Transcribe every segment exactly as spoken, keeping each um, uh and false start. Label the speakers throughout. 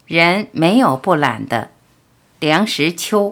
Speaker 1: 人没有不懒的。梁实秋。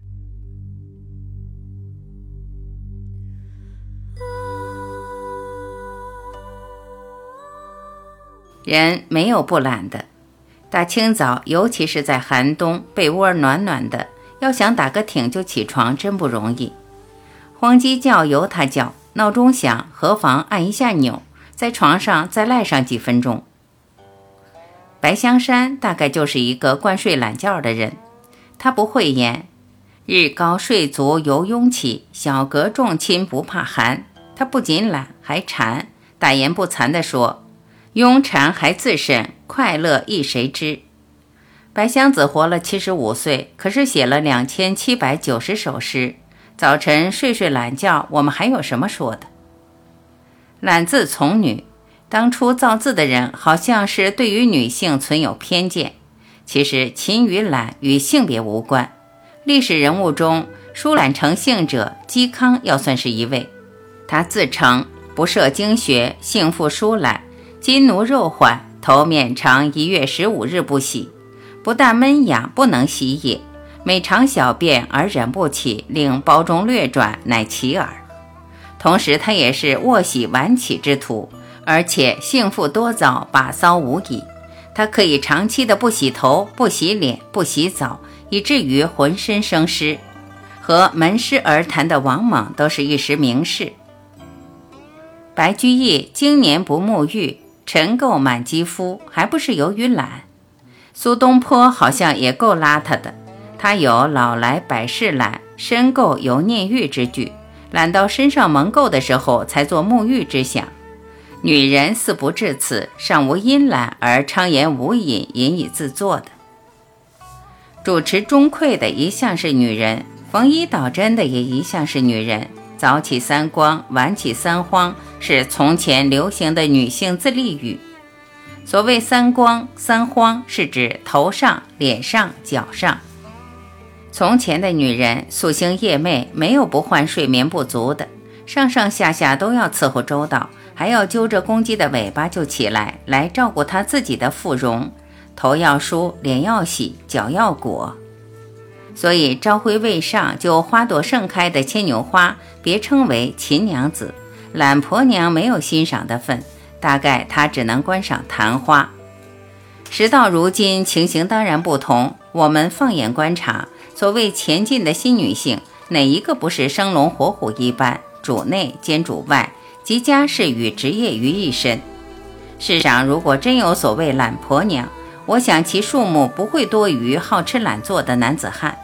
Speaker 1: 人没有不懒的。大清早，尤其是在寒冬，被窝暖暖的，要想打个挺就起床真不容易。黄鸡叫由它叫，闹钟响何妨按一下钮，在床上再赖上几分钟。白香山大概就是一个惯睡懒觉的人，他不讳言，日高睡足犹慵起，小阁众亲不怕寒。他不仅懒还馋，大言不惭地说，慵馋还自甚，快乐亦谁知。白香子活了七十五岁，可是写了两千七百九十首诗。早晨睡睡懒觉，我们还有什么说的？懒字从女，当初造字的人好像是对于女性存有偏见，其实勤与懒与性别无关。历史人物中，疏懒成性者，嵇康要算是一位。他自称不涉经学，性复疏懒，筋奴肉缓，头面长一月十五日不洗，不但闷痒不能洗也，每尝小便而忍不起，令包中略转，乃其耳。同时他也是卧洗晚起之徒，而且性复多早，把骚无已。他可以长期的不洗头、不洗脸、不洗澡，以至于浑身生湿。和门师而谈的王莽都是一时名士。白居易经年不沐浴，尘垢满肌肤，还不是由于懒。苏东坡好像也够邋遢的，他有老来百事懒，身垢犹念欲之句，懒到身上蒙垢的时候才做沐浴之想。女人似不至此，尚无因懒而昌言无饮，饮以自作的。主持钟馗的一向是女人，缝衣导针的也一向是女人，早起三光，晚起三荒，是从前流行的女性自立语。所谓三光三荒，是指头上、脸上、脚上。从前的女人夙兴夜寐，没有不患睡眠不足的，上上下下都要伺候周到，还要揪着公鸡的尾巴就起来，来照顾她自己的妇容，头要梳，脸要洗，脚要裹。所以朝晖未上就花朵盛开的牵牛花别称为秦娘子，懒婆娘没有欣赏的份，大概她只能观赏昙花。时到如今，情形当然不同，我们放眼观察，所谓前进的新女性，哪一个不是生龙活虎一般，主内兼主外，集家事与职业于一身。世上如果真有所谓懒婆娘，我想其数目不会多于好吃懒做的男子汉。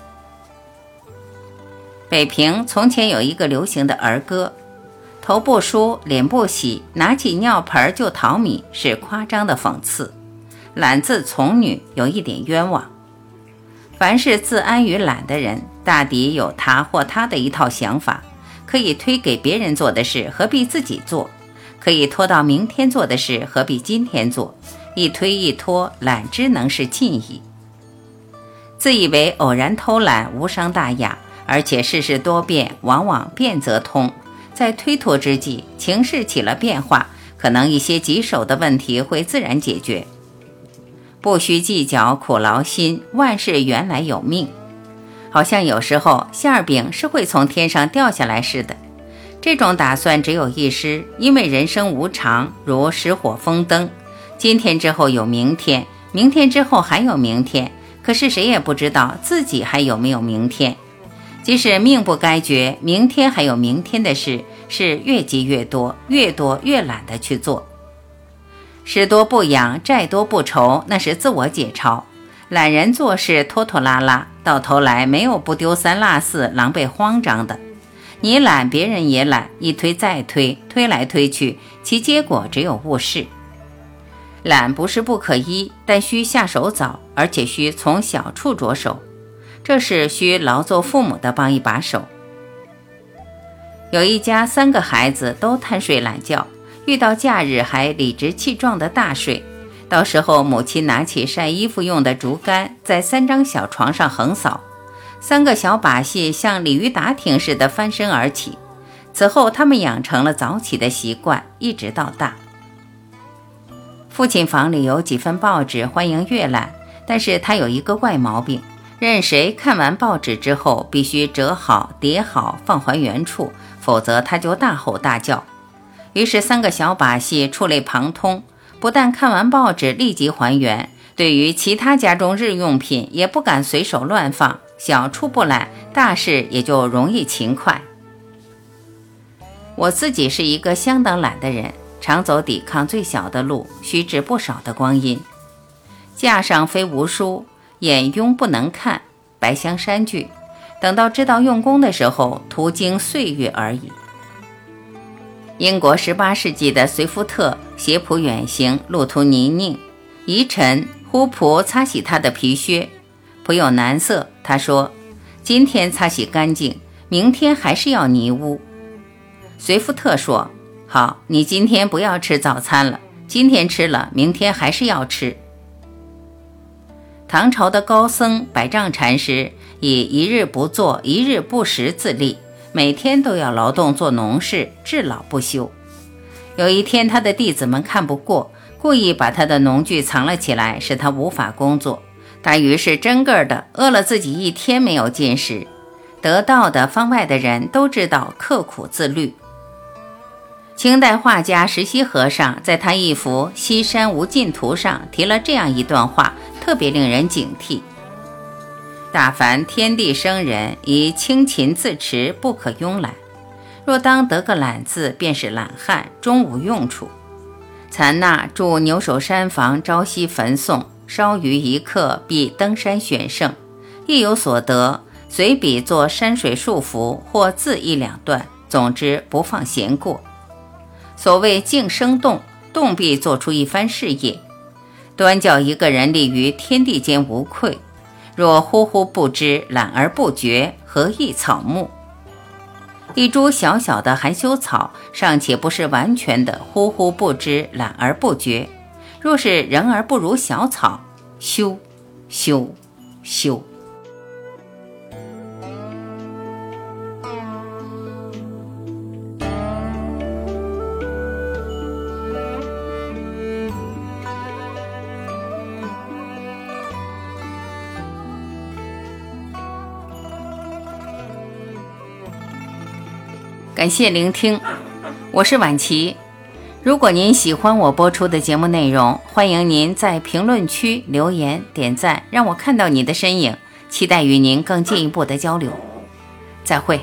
Speaker 1: 北平从前有一个流行的儿歌，头不梳，脸不洗，拿起尿盆就淘米，是夸张的讽刺。懒字从女，有一点冤枉。凡是自安于懒的人，大抵有他或他的一套想法，可以推给别人做的事，何必自己做？可以拖到明天做的事，何必今天做？一推一拖，懒之能是尽矣。自以为偶然偷懒无伤大雅，而且世事多变，往往变则通。在推脱之际，情势起了变化，可能一些棘手的问题会自然解决。不需计较苦劳心，万事原来有命。好像有时候馅饼是会从天上掉下来似的。这种打算只有一失，因为人生无常，如石火风灯，今天之后有明天，明天之后还有明天，可是谁也不知道自己还有没有明天。即使命不该绝，明天还有明天的事，是越积越多，越多越懒得去做。事多不养，债多不愁，那是自我解嘲。懒人做事拖拖拉拉，到头来没有不丢三落四，狼狈慌张的。你懒，别人也懒，一推再推，推来推去，其结果只有误事。懒不是不可依，但需下手早，而且需从小处着手，这是需劳作父母的帮一把手。有一家三个孩子都贪睡懒觉，遇到假日还理直气壮的大睡，到时候母亲拿起晒衣服用的竹竿，在三张小床上横扫，三个小把戏像鲤鱼打挺似的翻身而起。此后他们养成了早起的习惯，一直到大。父亲房里有几份报纸欢迎阅览， 但是他有一个怪毛病，任谁看完报纸之后必须折好叠好放还原处，否则他就大吼大叫。于是三个小把戏触类旁通，不但看完报纸立即还原，对于其他家中日用品也不敢随手乱放，小处不懒，大事也就容易勤快。我自己是一个相当懒的人，常走抵抗最小的路，虚掷不少的光阴。架上非无书，眼庸不能看，白香山句，等到知道用功的时候，途经岁月而已。英国十八世纪的随福特携仆远行，路途泥泞，一晨呼仆擦洗他的皮靴，仆有难色，他说：今天擦洗干净，明天还是要泥污。随福特说：好，你今天不要吃早餐了，今天吃了，明天还是要吃。唐朝的高僧百丈禅师以一日不作一日不食自立，每天都要劳动做农事，至老不休。有一天他的弟子们看不过，故意把他的农具藏了起来，使他无法工作。他于是真个的饿了自己一天没有进食。得道的方外的人都知道刻苦自律。清代画家石溪和尚在他一幅《西山无尽图》上提了这样一段话，特别令人警惕：大凡天地生人，以清勤自持，不可慵懒。若当得个懒字，便是懒汉，终无用处。残那住牛首山房，朝夕焚诵，稍余一刻，必登山选胜。亦有所得，随笔作山水数幅，或字一两段，总之不放闲过。所谓静生动，动必做出一番事业。端教一个人立于天地间无愧，若忽忽不知，懒而不觉，何益草木？一株小小的含羞草，尚且不是完全的忽忽不知，懒而不觉，若是人而不如小草，羞羞羞。感谢聆听，我是婉琪。如果您喜欢我播出的节目内容，欢迎您在评论区留言点赞，让我看到你的身影，期待与您更进一步的交流。再会。